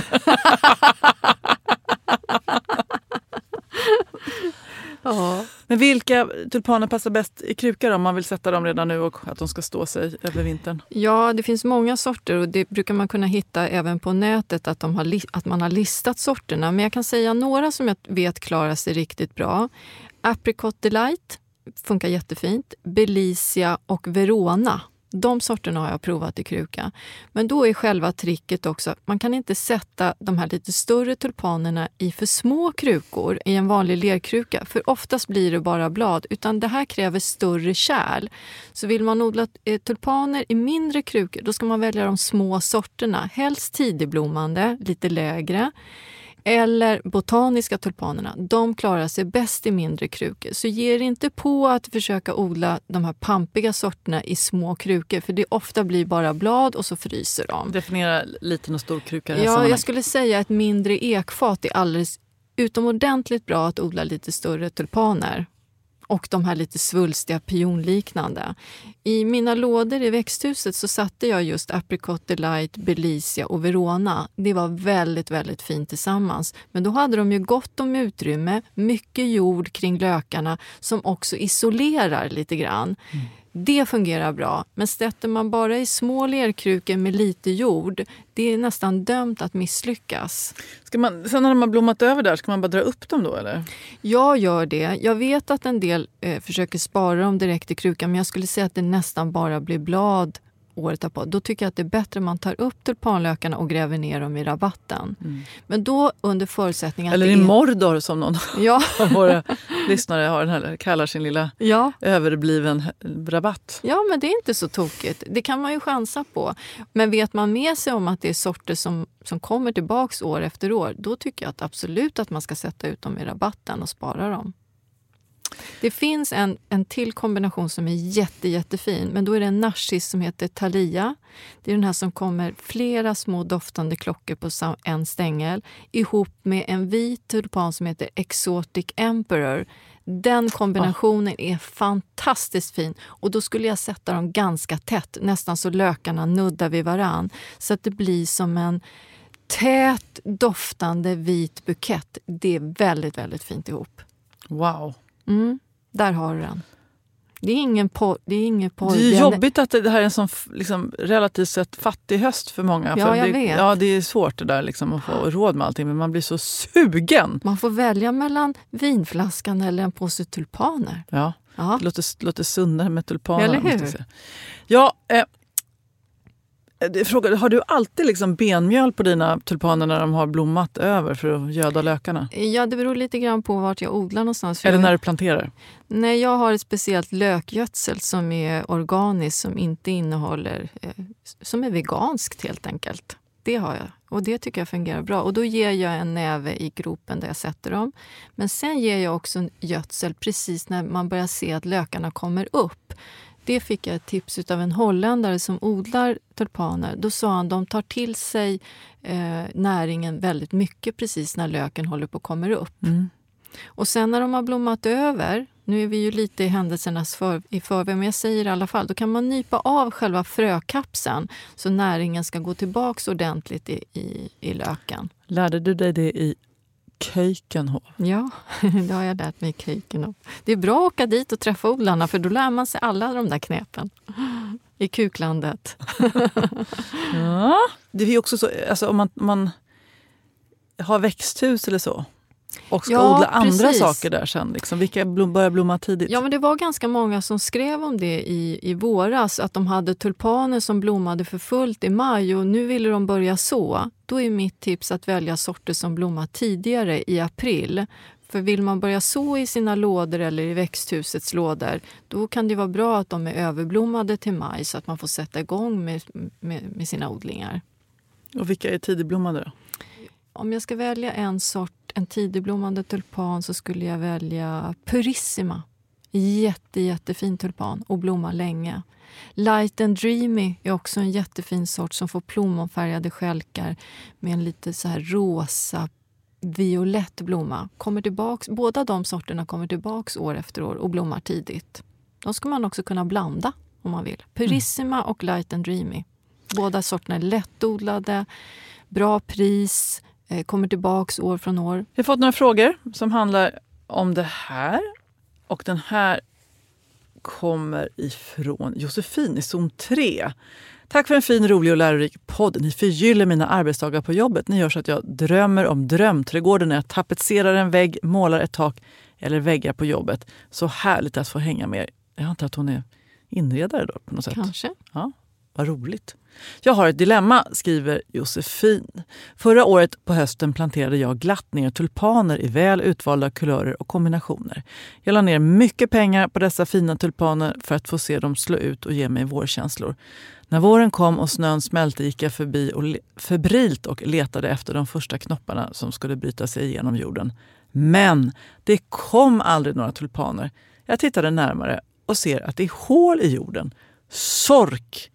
Ja. Men vilka tulpaner passar bäst i krukar om man vill sätta dem redan nu och att de ska stå sig över vintern? Ja, det finns många sorter och det brukar man kunna hitta även på nätet att man har listat sorterna. Men jag kan säga några som jag vet klarar sig riktigt bra. Apricot Delight funkar jättefint. Belicia och Verona. De sorterna har jag provat i kruka. Men då är själva tricket också att man kan inte sätta de här lite större tulpanerna i för små krukor i en vanlig lerkruka. För oftast blir det bara blad, utan det här kräver större kärl. Så vill man odla tulpaner i mindre krukor, då ska man välja de små sorterna. Helst tidigblommande, lite lägre. Eller botaniska tulpanerna, de klarar sig bäst i mindre krukor. Så ge er inte på att försöka odla de här pampiga sorterna i små krukor. För det ofta blir bara blad och så fryser de. Definiera liten och stor kruka. Ja, jag skulle säga att ett mindre ekfat är alldeles utomordentligt bra att odla lite större tulpaner. Och de här lite svulstiga pionliknande. I mina lådor i växthuset så satte jag just Apricot Delight, Belicia och Verona. Det var väldigt, väldigt fint tillsammans. Men då hade de ju gott om utrymme, mycket jord kring lökarna som också isolerar lite grann. Det fungerar bra, men sätter man bara i små lerkrukor med lite jord, det är nästan dömt att misslyckas. Sen när de har blommat över där, ska man bara dra upp dem då eller? Jag gör det. Jag vet att en del försöker spara dem direkt i krukan, men jag skulle säga att det nästan bara blir blad året på. Då tycker jag att det är bättre att man tar upp tulpanlökarna och gräver ner dem i rabatten. Men då under förutsättning att eller i Mordor som någon av våra lyssnare har den här, kallar sin lilla överbliven rabatt. Ja, men det är inte så tokigt. Det kan man ju chansa på. Men vet man med sig om att det är sorter som kommer tillbaks år efter år, då tycker jag att absolut att man ska sätta ut dem i rabatten och spara dem. Det finns en till kombination som är jättefin, men då är det en narciss som heter Thalia. Det är den här som kommer flera små doftande klockor på en stängel ihop med en vit tulpan som heter Exotic Emperor. Den kombinationen är fantastiskt fin och då skulle jag sätta dem ganska tätt, nästan så lökarna nuddar vid varann, så att det blir som en tät doftande vit bukett. Det är väldigt, väldigt fint ihop. Wow. Där har du den. Det är ingen porr. Det är jobbigt att det här är en sån liksom, relativt sett fattig höst för många. Ja, för jag vet. Ja, det är svårt det där liksom, att få råd med allting, men man blir så sugen. Man får välja mellan vinflaskan eller en påse tulpaner. Ja, det låter sundare med tulpaner. Eller hur? Ja, har du alltid liksom benmjöl på dina tulpaner när de har blommat över för att göda lökarna? Ja, det beror lite grann på vart jag odlar någonstans. Eller när du planterar? Nej, jag har ett speciellt lökgödsel som är organiskt, som inte innehåller, som är veganskt helt enkelt. Det har jag. Och det tycker jag fungerar bra. Och då ger jag en näve i gropen där jag sätter dem. Men sen ger jag också en gödsel precis när man börjar se att lökarna kommer upp. Det fick jag ett tips av en holländare som odlar tulpaner. Då sa han att de tar till sig näringen väldigt mycket precis när löken håller på att komma upp. Och sen när de har blommat över, nu är vi ju lite i händelsernas förväg, men jag säger i alla fall, då kan man nypa av själva frökapseln så näringen ska gå tillbaka ordentligt i löken. Lärde du dig det i Keukenhof? Ja, det har jag lärt mig i Keukenhof. Det är bra att åka dit och träffa odlarna, för då lär man sig alla de där knepen i kuklandet. Ja, det är också så, alltså om man har växthus eller så, Och ska odla andra saker där sen. Liksom. Vilka börjar blomma tidigt? Ja, men det var ganska många som skrev om det i våras. Att de hade tulpaner som blommade för fullt i maj och nu ville de börja så. Då är mitt tips att välja sorter som blommar tidigare i april. För vill man börja så i sina lådor eller i växthusets lådor, då kan det vara bra att de är överblommade till maj så att man får sätta igång med sina odlingar. Och vilka är tidigblommade då? Om jag ska välja en tidigblommande tulpan så skulle jag välja Purissima. Jättefin tulpan och blommar länge. Light and Dreamy är också en jättefin sort som får plommonfärgade skälkar med en lite så här rosa violett blomma. Båda de sorterna kommer tillbaks år efter år och blommar tidigt. De ska man också kunna blanda om man vill. Purissima och Light and Dreamy. Båda sorterna är lättodlade, bra pris, kommer tillbaks år från år. Jag har fått några frågor som handlar om det här. Och den här kommer ifrån Josefin i zon 3. Tack för en fin, rolig och lärorik podd. Ni förgyller mina arbetsdagar på jobbet. Ni gör så att jag drömmer om drömträdgården när jag tapetserar en vägg, målar ett tak eller väggar på jobbet. Så härligt att få hänga med. Jag antar att hon är inredare då på något sätt. Kanske. Ja, vad roligt. Jag har ett dilemma, skriver Josefin. Förra året på hösten planterade jag glatt ner tulpaner i väl utvalda kulörer och kombinationer. Jag la ner mycket pengar på dessa fina tulpaner för att få se dem slå ut och ge mig vårkänslor. När våren kom och snön smälte gick jag förbi och febrilt och letade efter de första knopparna som skulle bryta sig igenom jorden. Men det kom aldrig några tulpaner. Jag tittade närmare och ser att det är hål i jorden. Sork!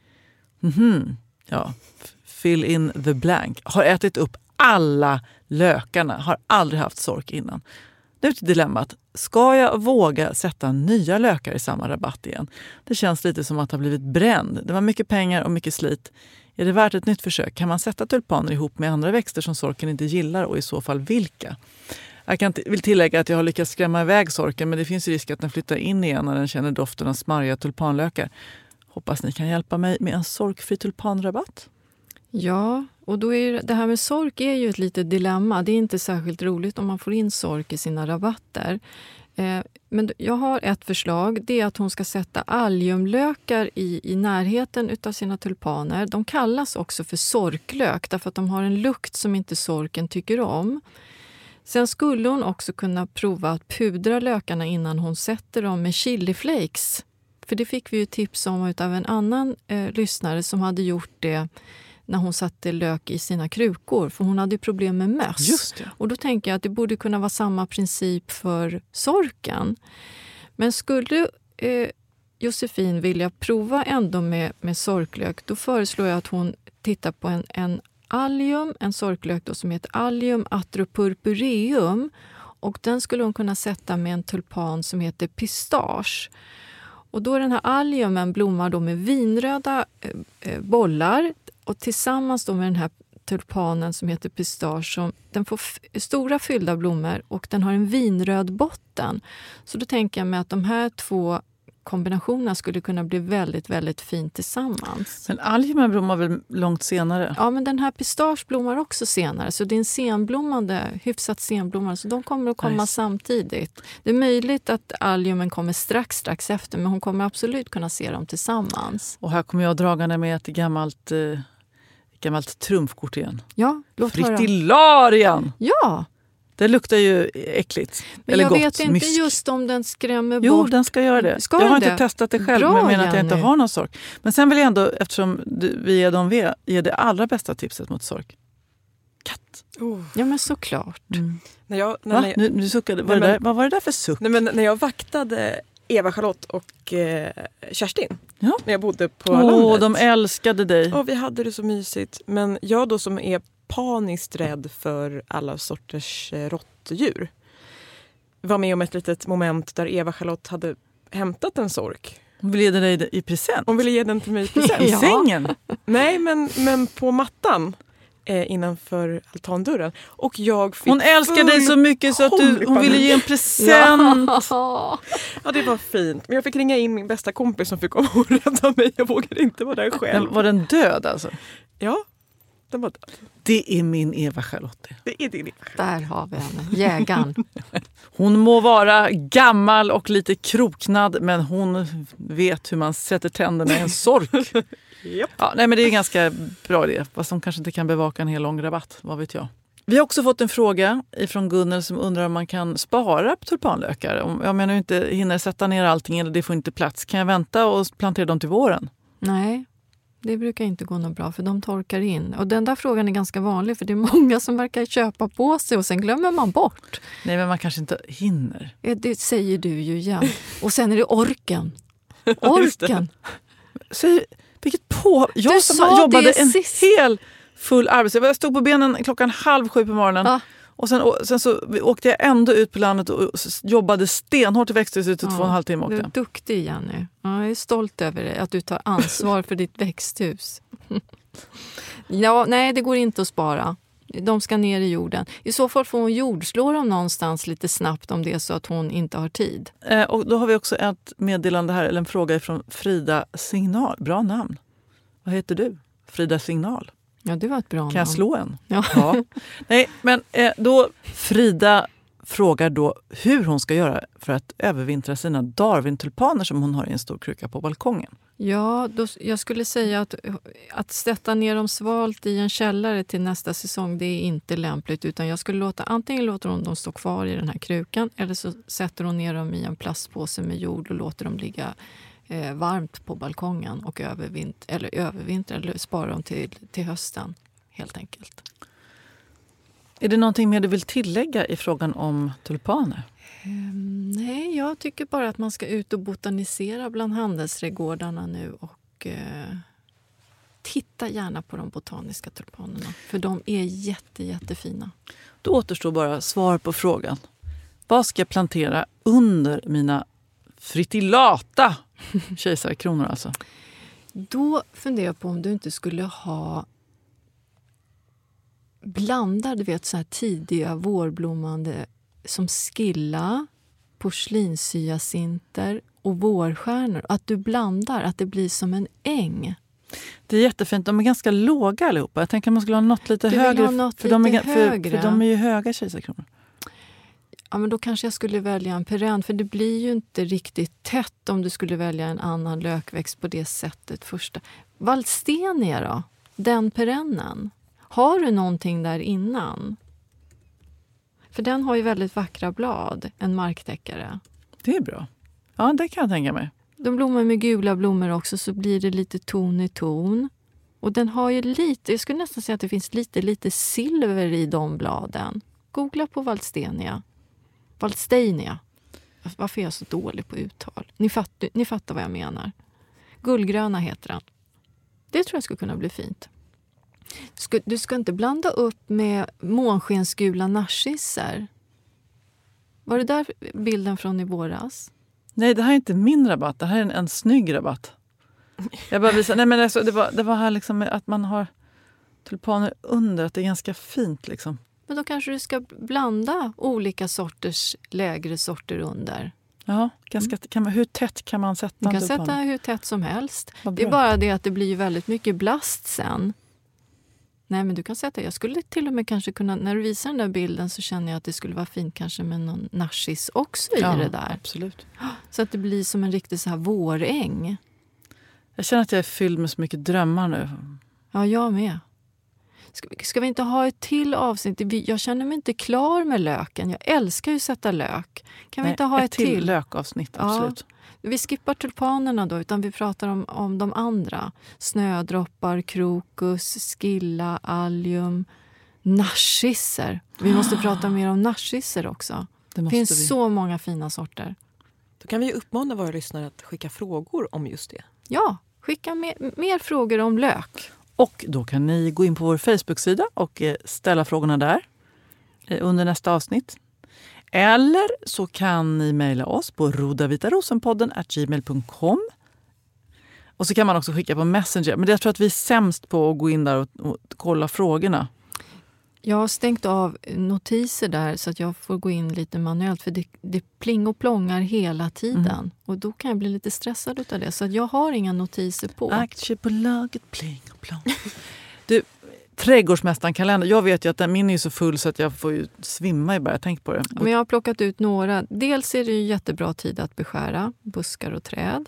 Ja, fill in the blank. Har ätit upp alla lökarna. Har aldrig haft sork innan. Nu till dilemmat. Ska jag våga sätta nya lökar i samma rabatt igen? Det känns lite som att ha blivit bränd. Det var mycket pengar och mycket slit. Är det värt ett nytt försök? Kan man sätta tulpaner ihop med andra växter som sorken inte gillar och i så fall vilka? Jag vill tillägga att jag har lyckats skrämma iväg sorken, men det finns risk att den flyttar in igen när den känner doften av smarriga tulpanlökar. Hoppas ni kan hjälpa mig med en sorkfri tulpanrabatt. Ja, och då är det här med sork är ju ett litet dilemma. Det är inte särskilt roligt om man får in sork i sina rabatter. Men jag har ett förslag. Det är att hon ska sätta alliumlökar i närheten utav sina tulpaner. De kallas också för sorklök därför att de har en lukt som inte sorken tycker om. Sen skulle hon också kunna prova att pudra lökarna innan hon sätter dem med chiliflakes. För det fick vi ju tips om av en annan lyssnare som hade gjort det när hon satte lök i sina krukor. För hon hade ju problem med möss. Just det. Och då tänker jag att det borde kunna vara samma princip för sorken. Men skulle Josefin vilja prova ändå med sorklök, då föreslår jag att hon tittar på en sorklök då som heter Allium atropurpureum. Och den skulle hon kunna sätta med en tulpan som heter pistage. Och då den här alliumen blommar då med vinröda bollar och tillsammans då med den här tulpanen som heter pistage, den får stora fyllda blommor och den har en vinröd botten. Så då tänker jag mig att de här två kombinationerna skulle kunna bli väldigt, väldigt fint tillsammans. Men alliumen blommar väl långt senare? Ja, men den här pistage blommar också senare. Så det är en hyfsat senblommande. Så de kommer att komma samtidigt. Det är möjligt att alliumen kommer strax efter. Men hon kommer absolut kunna se dem tillsammans. Och här kommer jag dragande med ett gammalt trumfkort igen. Ja, låt höra. Fritillarian! Ja! Det luktar ju äckligt. Men eller jag gott, vet inte mysk. Just om den skrämmer bort. Jo, den ska göra det. Jag har inte testat det själv, Bra, men jag menar att jag inte Jenny. har någon sork. Men sen vill jag ändå, eftersom vi är de vi är, ge det allra bästa tipset mot sork. Katt. Ja, men såklart. Nu suckade. Vad var det där för suck? Nej, men när jag vaktade Eva-Charlotte och Kerstin när jag bodde på landet. De älskade dig. Och vi hade det så mysigt. Men jag då som är paniskt rädd för alla sorters råttdjur var med om ett litet moment där Eva-Charlotte hade hämtat en sork. Hon ville ge den dig i present. Hon ville ge den till mig i present. I sängen? Nej, men på mattan innanför altandörren. Och jag fick hon älskar dig så mycket så att hon ville ge en present. Ja, det var fint. Men jag fick ringa in min bästa kompis som fick komma och rädda mig. Jag vågade inte vara där själv. Var den död alltså? Ja. Den var död. Det är min Eva-Charlotte. Det är din Eva. Där har vi henne, jägaren. Hon må vara gammal och lite kroknad, men hon vet hur man sätter tänderna i en sork. Yep. Ja, nej, men det är en ganska bra idé. Fast de kanske inte kan bevaka en hel lång rabatt, vad vet jag. Vi har också fått en fråga ifrån Gunnel som undrar om man kan spara tulpanlökar. Om jag menar inte hinner sätta ner allting eller det får inte plats. Kan jag vänta och plantera dem till våren? Nej, det brukar inte gå något bra för de torkar in. Och den där frågan är ganska vanlig för det är många som verkar köpa på sig och sen glömmer man bort. Nej, men man kanske inte hinner. Det säger du ju igen. Och sen är det orken. Orken. Så, vilket på... Jag som jobbade en hel full arbetsdag. Jag stod på benen 6:30 på morgonen. Ja. Och sen så åkte jag ändå ut på landet och jobbade stenhårt i växthuset i 2,5 timmar. Du är duktig, Jenny. Jag är stolt över dig, att du tar ansvar för ditt växthus. Ja, nej, det går inte att spara. De ska ner i jorden. I så fall får hon jordslå dem någonstans lite snabbt om det är så att hon inte har tid. Och då har vi också ett meddelande här, eller en fråga från Frida Signal. Bra namn. Vad heter du? Frida Signal. Ja, det var ett bra namn. Kan jag slå en? Ja. Nej, men då Frida frågar då hur hon ska göra för att övervintra sina Darwin-tulpaner som hon har i en stor kruka på balkongen. Ja, jag skulle säga att sätta ner dem svalt i en källare till nästa säsong, det är inte lämpligt. Utan jag skulle antingen låter hon dem stå kvar i den här krukan eller så sätter hon ner dem i en plastpåse med jord och låter dem ligga varmt på balkongen och övervintra eller spara dem till hösten helt enkelt. Är det någonting mer du vill tillägga i frågan om tulpaner? Nej, jag tycker bara att man ska ut och botanisera bland handelsträdgårdarna nu och titta gärna på de botaniska tulpanerna för de är jättefina. Då återstår bara svar på frågan. Vad ska jag plantera under mina fritillata kejsarkronor alltså? Då funderar jag på om du inte skulle ha blandar, du vet, så här tidiga vårblommande som skilla, porslinshyacinter och vårstjärnor. Att du blandar, att det blir som en äng. Det är jättefint. De är ganska låga allihopa. Jag tänker att man skulle ha något lite högre. För de är ju höga kejsarkronor. Ja, men då kanske jag skulle välja en perenn. För det blir ju inte riktigt tätt om du skulle välja en annan lökväxt på det sättet första. Waldstenia då? Den perennen. Har du någonting där innan? För den har ju väldigt vackra blad, en marktäckare. Det är bra. Ja, det kan jag tänka mig. De blommar med gula blommor också så blir det lite ton i ton. Och den har ju lite, jag skulle nästan säga att det finns lite silver i de bladen. Googla på Waldstenia. Waldstenia. Varför är jag så dålig på uttal? Ni fattar vad jag menar. Gullgröna heter den. Det tror jag skulle kunna bli fint. Du ska inte blanda upp med månskensgula narcisser. Var det där bilden från i våras? Nej, det här är inte min rabatt. Det här är en snygg rabatt. Jag bara visar. Nej, men alltså, det var här liksom att man har tulpaner under. Att det är ganska fint liksom. Men då kanske du ska blanda olika sorters lägre sorter under. Ja, hur tätt kan man sätta? Du kan sätta hur tätt som helst. Det är bara det att det blir väldigt mycket blast sen. Nej, men du kan sätta, jag skulle till och med kanske kunna, när du visar den där bilden så känner jag att det skulle vara fint kanske med någon narcis också i det där. Absolut. Så att det blir som en riktig så här våräng. Jag känner att jag är fylld med så mycket drömmar nu. Ja, jag med. Ska vi inte ha ett till avsnitt? Jag känner mig inte klar med löken. Jag älskar ju att sätta lök. Kan vi inte ha ett till lökavsnitt, absolut. Ja. Vi skippar tulpanerna då, utan vi pratar om de andra. Snödroppar, krokus, skilla, allium, narcisser. Vi måste prata mer om narcisser också. Det finns så många fina sorter. Då kan vi uppmana våra lyssnare att skicka frågor om just det. Ja, skicka mer frågor om lök. Och då kan ni gå in på vår Facebook-sida och ställa frågorna där under nästa avsnitt. Eller så kan ni mejla oss på rodavitarosenpodden@gmail.com. Och så kan man också skicka på Messenger. Men jag tror att vi är sämst på att gå in där och kolla frågorna. Jag har stängt av notiser där så att jag får gå in lite manuellt. För det pling och plångar hela tiden. Och då kan jag bli lite stressad utav det. Så att jag har inga notiser på. Aktiebolaget pling och plång. Du, Trädgårdsmästaren-kalender. Jag vet ju att min är så full så att jag får ju svimma i bara jag tänker på det. Men jag har plockat ut några. Dels är det ju jättebra tid att beskära buskar och träd.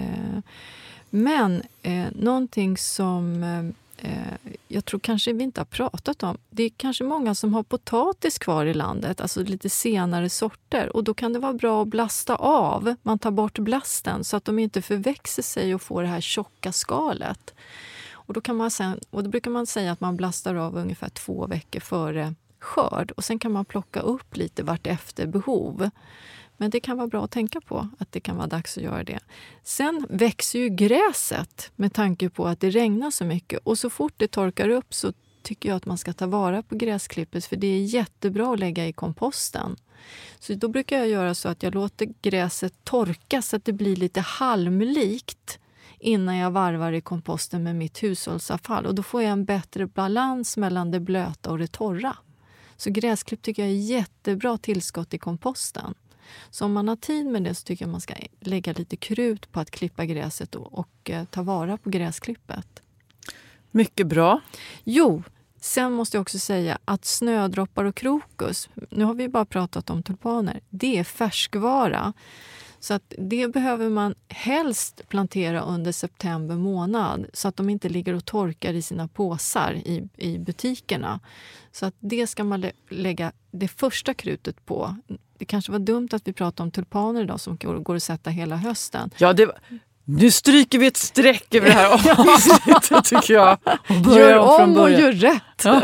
Men någonting som jag tror kanske vi inte har pratat om. Det är kanske många som har potatis kvar i landet, alltså lite senare sorter. Och då kan det vara bra att blasta av. Man tar bort blasten så att de inte förväxer sig och får det här tjocka skalet. Och då brukar man säga att man blastar av ungefär 2 veckor före skörd. Och sen kan man plocka upp lite vart efter behov. Men det kan vara bra att tänka på att det kan vara dags att göra det. Sen växer ju gräset med tanke på att det regnar så mycket. Och så fort det torkar upp så tycker jag att man ska ta vara på gräsklippet. För det är jättebra att lägga i komposten. Så då brukar jag göra så att jag låter gräset torka så att det blir lite halmlikt innan jag varvar i komposten med mitt hushållsavfall. Och då får jag en bättre balans mellan det blöta och det torra. Så gräsklipp tycker jag är jättebra tillskott i komposten. Så om man har tid med det så tycker jag man ska lägga lite krut på att klippa gräset och ta vara på gräsklippet. Mycket bra. Jo, sen måste jag också säga att snödroppar och krokus, nu har vi bara pratat om tulpaner, det är färskvara. Så att det behöver man helst plantera under september månad så att de inte ligger och torkar i sina påsar i butikerna. Så att det ska man lägga det första krutet på. Det kanske var dumt att vi pratade om tulpaner idag som går att sätta hela hösten. Ja, nu stryker vi ett streck över det här avsnittet tycker jag. Gör om och gör rätt. Ja.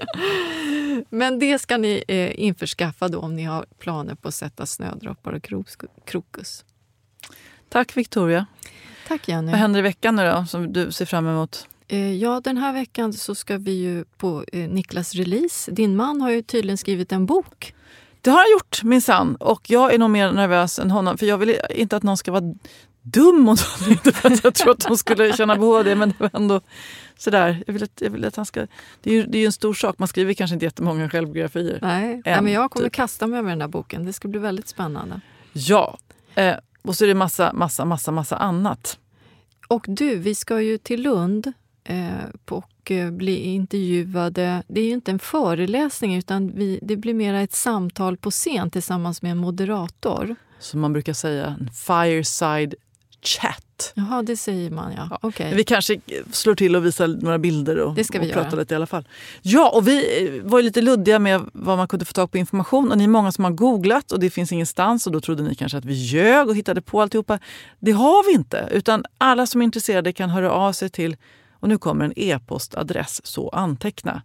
Men det ska ni införskaffa då om ni har planer på att sätta snödroppar och krokus. Tack Victoria. Tack Jenny. Vad händer i veckan nu då som du ser fram emot? Ja, den här veckan så ska vi ju på Niklas release. Din man har ju tydligen skrivit en bok. Det har han gjort, minsann. Och jag är nog mer nervös än honom. För jag vill inte att någon ska vara dum och så. Inte för att jag tror att de skulle känna behov av det. Men det var ändå sådär. Jag vill att han ska... Det är ju en stor sak. Man skriver kanske inte jättemånga självbiografier. Nej, men jag kommer kasta mig över den här boken. Det ska bli väldigt spännande. Ja, och så är det massa annat. Och du, vi ska ju till Lund och bli intervjuade. Det är ju inte en föreläsning utan det blir mer ett samtal på scen tillsammans med en moderator. Som man brukar säga, en fireside chat. Jaha, det säger man ja. Okay. Vi kanske slår till och visar några bilder och pratar lite i alla fall. Ja, och vi var ju lite luddiga med vad man kunde få tag på information. Och ni är många som har googlat och det finns ingenstans. Och då trodde ni kanske att vi ljög och hittade på alltihopa. Det har vi inte. Utan alla som är intresserade kan höra av sig till, och nu kommer en e-postadress, så anteckna.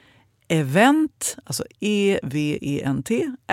Event, alltså event,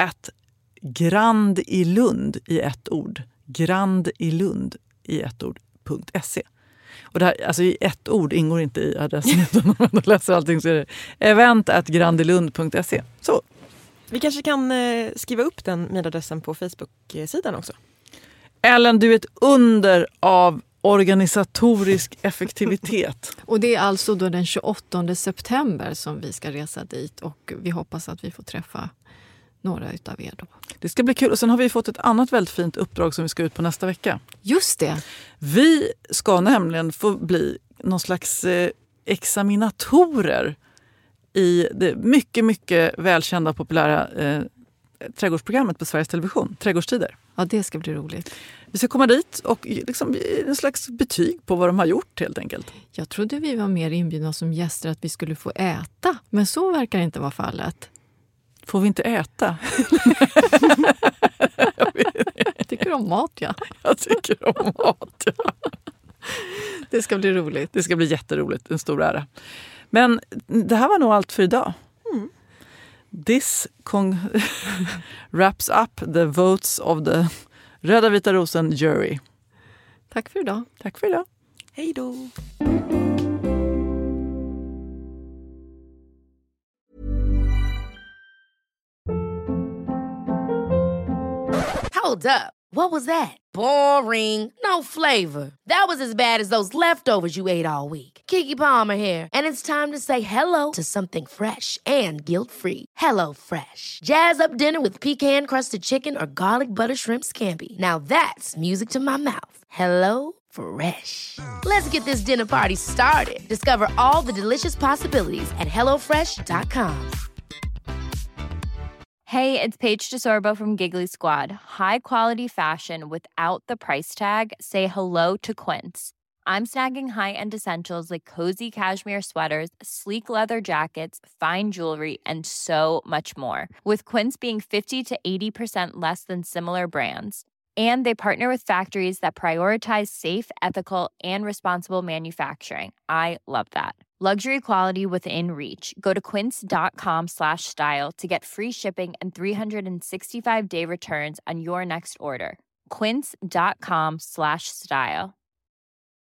@grandilund i ett ord. Grandilund i ett ord.se. Och det här, alltså i ett ord ingår inte i adressen utan om man läser allting så är det event@grandilund.se. Så. Vi kanske kan skriva upp den mejladressen på Facebook-sidan också. Ellen, du är ett under av organisatorisk effektivitet. Och det är alltså då den 28 september som vi ska resa dit och vi hoppas att vi får träffa några utav er då. Det ska bli kul. Och sen har vi fått ett annat väldigt fint uppdrag som vi ska ut på nästa vecka. Just det. Vi ska nämligen få bli någon slags examinatorer i det mycket, mycket välkända och populära trädgårdsprogrammet på Sveriges Television, Trädgårdstider. Ja, det ska bli roligt. Vi ska komma dit och liksom en slags betyg på vad de har gjort helt enkelt. Jag trodde vi var mer inbjudna som gäster att vi skulle få äta, men så verkar inte vara fallet. Får vi inte äta? Jag tycker om mat, ja. Jag tycker om mat, ja. Det ska bli roligt. Det ska bli jätteroligt, en stor ära. Men det här var nog allt för idag. This wraps up the votes of the Röda Vita Rosen jury. Tack för idag. Tack för idag. Hej då. Hold up. What was that? Boring. No flavor. That was as bad as those leftovers you ate all week. Keke Palmer here, and it's time to say hello to something fresh and guilt-free. Hello Fresh. Jazz up dinner with pecan-crusted chicken or garlic butter shrimp scampi. Now that's music to my mouth. Hello Fresh. Let's get this dinner party started. Discover all the delicious possibilities at hellofresh.com. Hey, it's Paige DeSorbo from Giggly Squad. High quality fashion without the price tag. Say hello to Quince. I'm snagging high-end essentials like cozy cashmere sweaters, sleek leather jackets, fine jewelry, and so much more. With Quince being 50 to 80% less than similar brands. And they partner with factories that prioritize safe, ethical, and responsible manufacturing. I love that. Luxury quality within reach. Go to quince.com/style to get free shipping and 365-day returns on your next order. Quince.com/style.